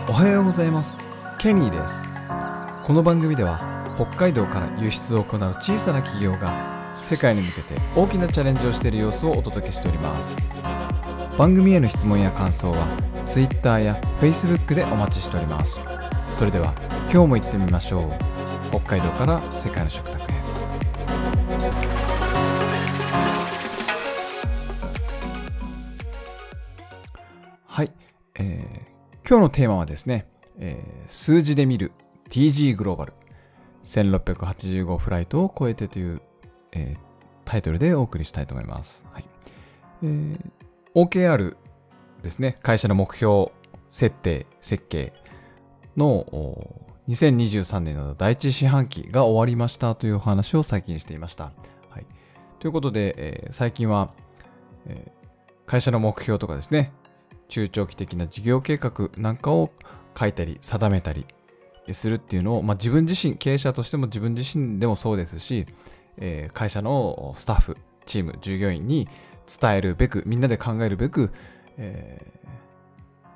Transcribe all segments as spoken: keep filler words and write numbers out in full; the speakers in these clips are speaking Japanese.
おはようございます。ケニーです。この番組では北海道から輸出を行う小さな企業が世界に向けて大きなチャレンジをしている様子をお届けしております。番組への質問や感想は Twitter や Facebook でお待ちしております。それでは今日も行ってみましょう。北海道から世界の食卓へ。はい、えー、今日のテーマはですね、えー、数字で見る ティージー グローバルせんろっぴゃくはちじゅうごフライトを超えてという、えー、タイトルでお送りしたいと思います。はい、えー、オーケーアール ですね、会社の目標設定設計のにせんにじゅうさんねんの第一四半期が終わりましたというお話を最近していました。はい、ということで、えー、最近は、えー、会社の目標とかですね、中長期的な事業計画なんかを書いたり定めたりするっていうのを、まあ、自分自身、経営者としても自分自身でもそうですし、えー、会社のスタッフ、チーム、従業員に伝えるべく、みんなで考えるべく、えー、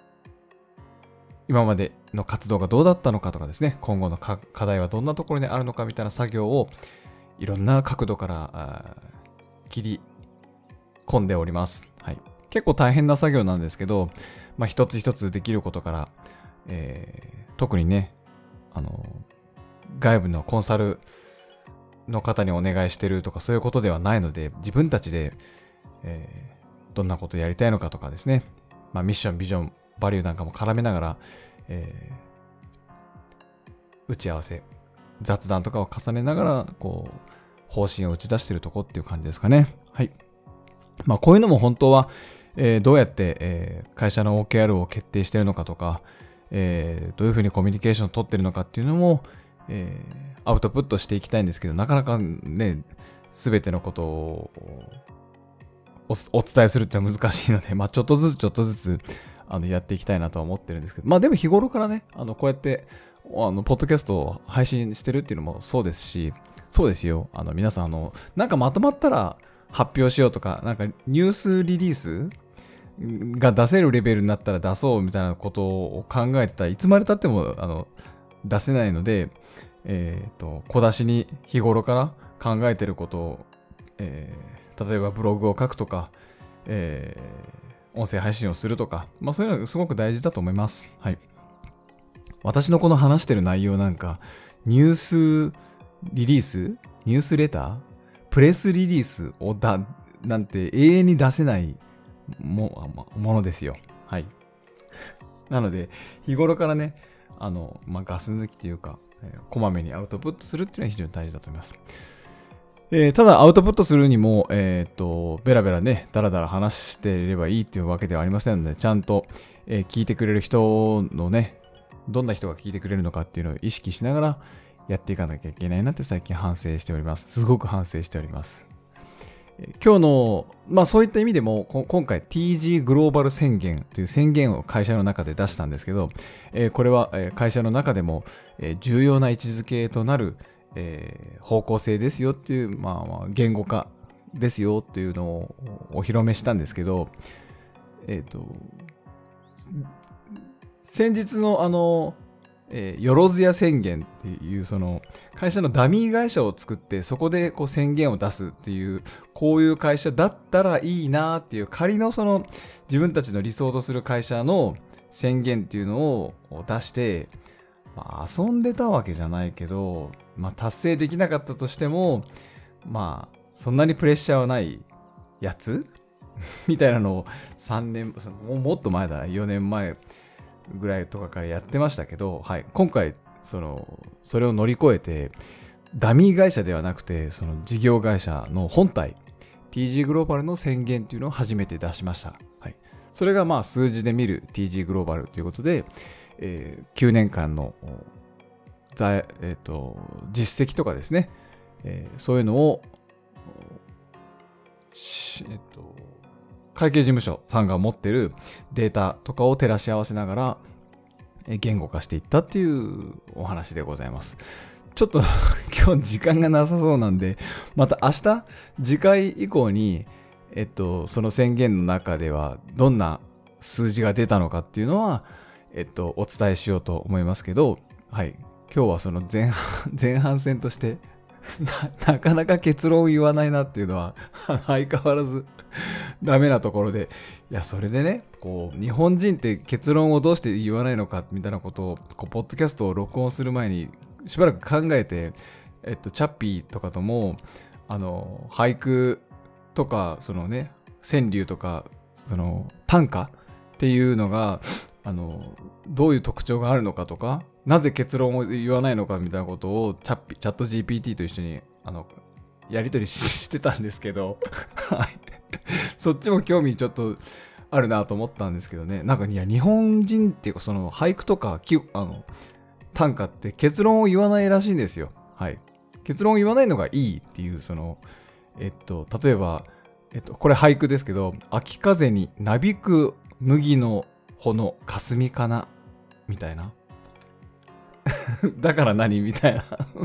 今までの活動がどうだったのかとかですね、今後の課題はどんなところにあるのかみたいな作業をいろんな角度から切り込んでおります。はい、結構大変な作業なんですけど、まあ、一つ一つできることから、えー、特にね、あの外部のコンサルの方にお願いしてるとかそういうことではないので、自分たちで、えー、どんなことやりたいのかとかですね、まあ、ミッション、ビジョン、バリューなんかも絡めながら、えー、打ち合わせ、雑談とかを重ねながらこう方針を打ち出しているとこっていう感じですかね。はい。まあ、こういうのも本当は、えー、どうやって、えー、会社の オーケーアール を決定しているのかとか、えー、どういうふうにコミュニケーションを取っているのかっていうのも、えー、アウトプットしていきたいんですけど、なかなかね、すべてのことを お, お伝えするってのは難しいので、まあ、ちょっとずつちょっとずつあのやっていきたいなとは思ってるんですけど、まあでも日頃からね、あのこうやってあのポッドキャストを配信してるっていうのもそうですし、そうですよ、あの皆さんあのなんかまとまったら発表しようとか、なんかニュースリリースが出せるレベルになったら出そうみたいなことを考えてたらいつまで経ってもあの出せないので、えっと小出しに日頃から考えてることを、えー、例えばブログを書くとか、えー、音声配信をするとか、まあそういうのがすごく大事だと思います。はい。私のこの話してる内容なんかニュースリリース、ニュースレター、プレスリリースをだなんて永遠に出せないも, ものですよ。はい。なので日頃からね、あの、まあ、ガス抜きというか、えー、こまめにアウトプットするっていうのは非常に大事だと思います。えー、ただアウトプットするにも、えっとベラベラね、だらだら話していればいいっていうわけではありませんので、ちゃんと、えー、聞いてくれる人のね、どんな人が聞いてくれるのかっていうのを意識しながらやっていかなきゃいけないなって最近反省しております。すごく反省しております。今日の、まあそういった意味でも、今回 ティージー グローバル宣言という宣言を会社の中で出したんですけど、えー、これは会社の中でも重要な位置づけとなる、えー、方向性ですよっていう、まあ、言語化ですよっていうのをお披露目したんですけど、えっと、先日のあの、えー、よろずや宣言っていうその会社のダミー会社を作ってそこでこう宣言を出すっていう、こういう会社だったらいいなっていう仮のその自分たちの理想とする会社の宣言っていうのを出して、まあ、遊んでたわけじゃないけど、まあ、達成できなかったとしてもまあそんなにプレッシャーはないやつみたいなのをさんねんもっと前だな、よねんまえぐらいとかからやってましたけど、はい、今回そのそれを乗り越えてダミー会社ではなくてその事業会社の本体 ティージー グローバルの宣言というのを初めて出しました。はい、それがまあ数字で見る ティージー グローバルということで、えー、きゅうねんかんの、えー、と実績とかですね、えー、そういうのを、えー、と会計事務所さんが持ってるデータとかを照らし合わせながら言語化していったっていうお話でございます。ちょっと今日時間がなさそうなんで、また明日次回以降にえっとその宣言の中ではどんな数字が出たのかっていうのは、 えっと、お伝えしようと思いますけど、はい。今日はその前半、前半戦としてな、なかなか結論を言わないなっていうのは、相変わらずダメなところで、いや、それでね、こう、日本人って結論をどうして言わないのか、みたいなことを、こう、ポッドキャストを録音する前に、しばらく考えて、えっと、チャッピーとかとも、あの、俳句とか、そのね、川柳とか、その、短歌っていうのが、あの、どういう特徴があるのかとか、なぜ結論を言わないのかみたいなことをチャッピ、チャット ジーピーティー と一緒に、あの、やり取りしてたんですけど、はい。そっちも興味ちょっとあるなと思ったんですけどね。なんか、いや、日本人っていうか、その、俳句とか、あの、短歌って結論を言わないらしいんですよ。はい。結論を言わないのがいいっていう、その、えっと、例えば、えっと、これ俳句ですけど、秋風になびく麦の穂の霞かなみたいな。だから何みたいな。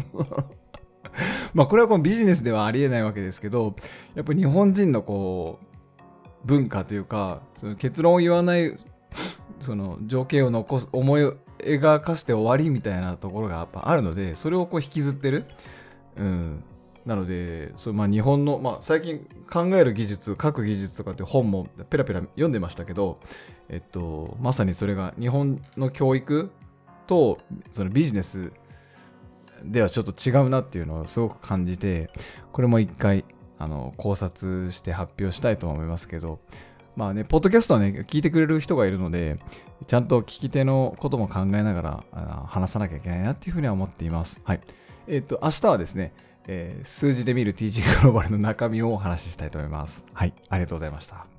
まあこれはこのビジネスではありえないわけですけど、やっぱり日本人のこう、文化というか、その結論を言わない、その情景を残す、思い描かせて終わりみたいなところがやっぱあるので、それをこう引きずってる。うん。なので、そまあ、日本の、まあ、最近考える技術、書く技術とかって本もペラペラ読んでましたけど、えっと、まさにそれが日本の教育とそのビジネスではちょっと違うなっていうのをすごく感じて、これも一回あの考察して発表したいと思いますけど、まあね、ポッドキャストはね、聞いてくれる人がいるので、ちゃんと聞き手のことも考えながらあ話さなきゃいけないなっていうふうには思っています。はい。えっと、明日はですね、えー、数字で見る ティージー グローバルの中身をお話ししたいと思います。はい。ありがとうございました。